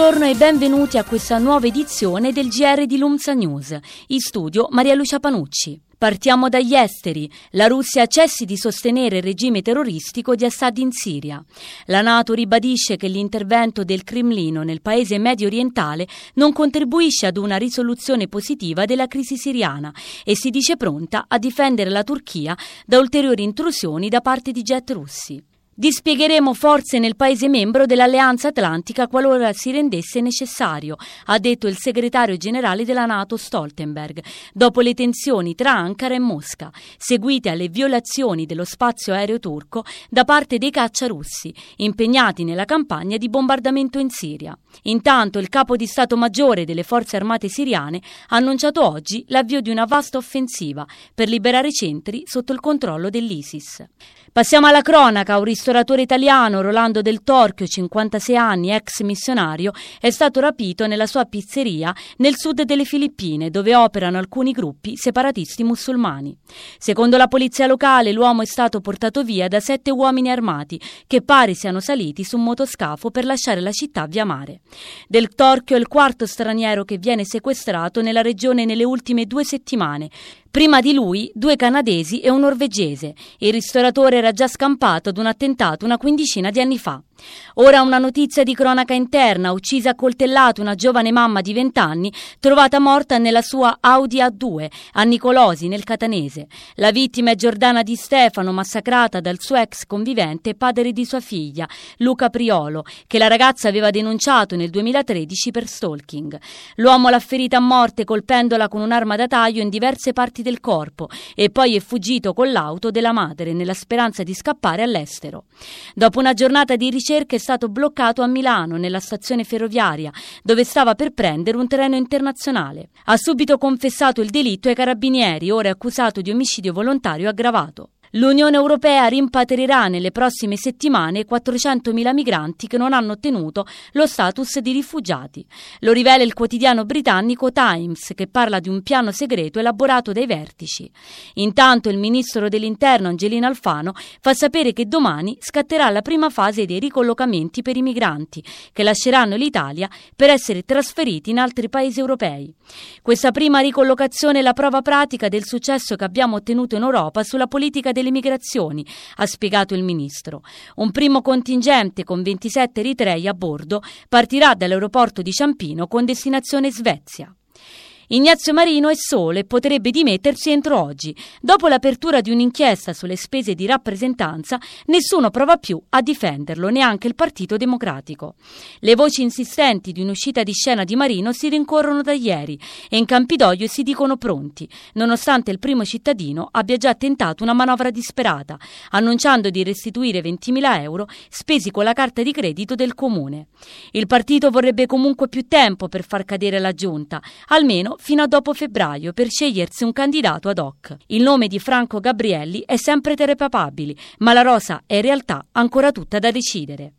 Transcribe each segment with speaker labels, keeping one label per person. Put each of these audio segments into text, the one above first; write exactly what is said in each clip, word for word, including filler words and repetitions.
Speaker 1: Buongiorno e benvenuti a questa nuova edizione del G R di Lumsa News. In studio Maria Lucia Panucci. Partiamo dagli esteri. La Russia cessi di sostenere il regime terroristico di Assad in Siria. La NATO ribadisce che l'intervento del Cremlino nel paese medio orientale non contribuisce ad una risoluzione positiva della crisi siriana e si dice pronta a difendere la Turchia da ulteriori intrusioni da parte di jet russi. Dispiegheremo forze nel paese membro dell'Alleanza Atlantica qualora si rendesse necessario, ha detto il segretario generale della NATO Stoltenberg, dopo le tensioni tra Ankara e Mosca, seguite alle violazioni dello spazio aereo turco da parte dei caccia russi, impegnati nella campagna di bombardamento in Siria. Intanto il capo di Stato Maggiore delle Forze Armate siriane ha annunciato oggi l'avvio di una vasta offensiva per liberare centri sotto il controllo dell'ISIS. Passiamo alla cronaca. Un ristoratore italiano, Rolando Del Torchio, cinquantasei anni, ex missionario, è stato rapito nella sua pizzeria nel sud delle Filippine, dove operano alcuni gruppi separatisti musulmani. Secondo la polizia locale, l'uomo è stato portato via da sette uomini armati che pare siano saliti su un motoscafo per lasciare la città via mare. Del Torchio è il quarto straniero che viene sequestrato nella regione nelle ultime due settimane. Prima di lui, due canadesi e un norvegese. Il ristoratore era già scampato ad un attentato una quindicina di anni fa. Ora una notizia di cronaca interna: uccisa a coltellate una giovane mamma di venti anni trovata morta nella sua Audi A due a Nicolosi nel Catanese. La vittima è Giordana Di Stefano, massacrata dal suo ex convivente, padre di sua figlia, Luca Priolo, che la ragazza aveva denunciato nel duemilatredici per stalking. L'uomo l'ha ferita a morte colpendola con un'arma da taglio in diverse parti del corpo e poi è fuggito con l'auto della madre nella speranza di scappare all'estero. Dopo una giornata di ricerca è stato bloccato a Milano nella stazione ferroviaria dove stava per prendere un treno internazionale. Ha subito confessato il delitto ai carabinieri, ora è accusato di omicidio volontario aggravato. L'Unione Europea rimpatrierà nelle prossime settimane quattrocentomila migranti che non hanno ottenuto lo status di rifugiati. Lo rivela il quotidiano britannico Times, che parla di un piano segreto elaborato dai vertici. Intanto il ministro dell'Interno Angelina Alfano fa sapere che domani scatterà la prima fase dei ricollocamenti per i migranti che lasceranno l'Italia per essere trasferiti in altri paesi europei. Questa prima ricollocazione è la prova pratica del successo che abbiamo ottenuto in Europa sulla politica delle migrazioni, ha spiegato il ministro. Un primo contingente con ventisette eritrei a bordo partirà dall'aeroporto di Ciampino con destinazione Svezia. Ignazio Marino è solo e potrebbe dimettersi entro oggi. Dopo l'apertura di un'inchiesta sulle spese di rappresentanza, nessuno prova più a difenderlo, neanche il Partito Democratico. Le voci insistenti di un'uscita di scena di Marino si rincorrono da ieri e in Campidoglio si dicono pronti, nonostante il primo cittadino abbia già tentato una manovra disperata, annunciando di restituire ventimila euro spesi con la carta di credito del comune. Il partito vorrebbe comunque più tempo per far cadere la giunta, almeno fino a dopo febbraio, per scegliersi un candidato ad hoc. Il nome di Franco Gabrielli è sempre tra i papabili, ma la rosa è in realtà ancora tutta da decidere.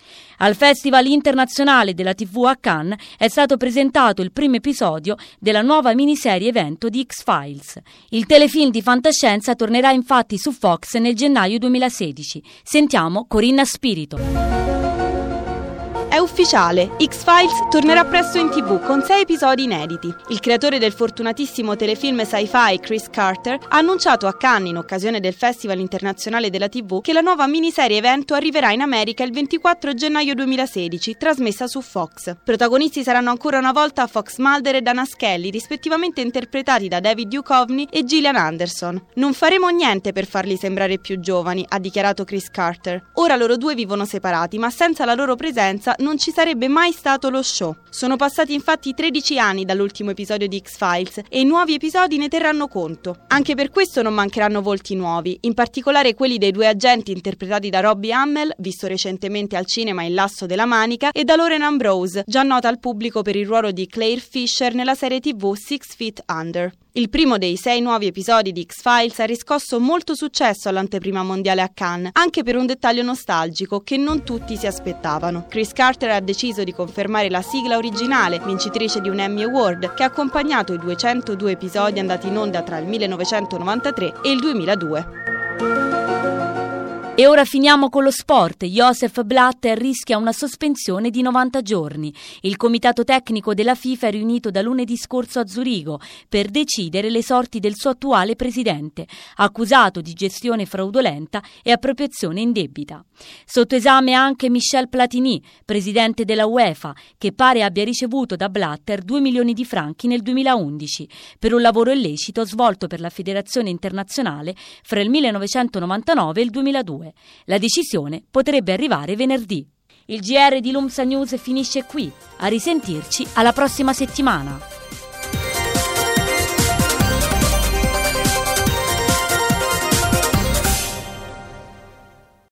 Speaker 1: Al Festival Internazionale della tivù a Cannes è stato presentato il primo episodio della nuova miniserie evento di X-Files. Il telefilm di fantascienza tornerà infatti su Fox nel gennaio duemilasedici. Sentiamo Corinna Spirito.
Speaker 2: È ufficiale, X-Files tornerà presto in tivù con sei episodi inediti. Il creatore del fortunatissimo telefilm sci-fi Chris Carter ha annunciato a Cannes, in occasione del Festival Internazionale della tivù, che la nuova miniserie evento arriverà in America il ventiquattro gennaio duemilasedici, trasmessa su Fox. Protagonisti saranno ancora una volta Fox Mulder e Dana Scully, rispettivamente interpretati da David Duchovny e Gillian Anderson. Non faremo niente per farli sembrare più giovani, ha dichiarato Chris Carter. Ora loro due vivono separati, ma senza la loro presenza non ci sarebbe mai stato lo show. Sono passati infatti tredici anni dall'ultimo episodio di X-Files e i nuovi episodi ne terranno conto. Anche per questo non mancheranno volti nuovi, in particolare quelli dei due agenti interpretati da Robbie Amell, visto recentemente al cinema in L'asso della manica, e da Lauren Ambrose, già nota al pubblico per il ruolo di Claire Fisher nella serie tivù Six Feet Under. Il primo dei sei nuovi episodi di X-Files ha riscosso molto successo all'anteprima mondiale a Cannes, anche per un dettaglio nostalgico che non tutti si aspettavano. Chris Carter ha deciso di confermare la sigla originale, vincitrice di un Emmy Award, che ha accompagnato i duecentodue episodi andati in onda tra il millenovecentonovantatré e il duemiladue.
Speaker 1: E ora finiamo con lo sport. Joseph Blatter rischia una sospensione di novanta giorni. Il comitato tecnico della FIFA è riunito da lunedì scorso a Zurigo per decidere le sorti del suo attuale presidente, accusato di gestione fraudolenta e appropriazione indebita. Sotto esame anche Michel Platini, presidente della UEFA, che pare abbia ricevuto da Blatter due milioni di franchi nel duemilaundici per un lavoro illecito svolto per la Federazione Internazionale fra il millenovecentonovantanove e il duemiladue. La decisione potrebbe arrivare venerdì. Il G R di Lumsa News finisce qui. A risentirci alla prossima settimana.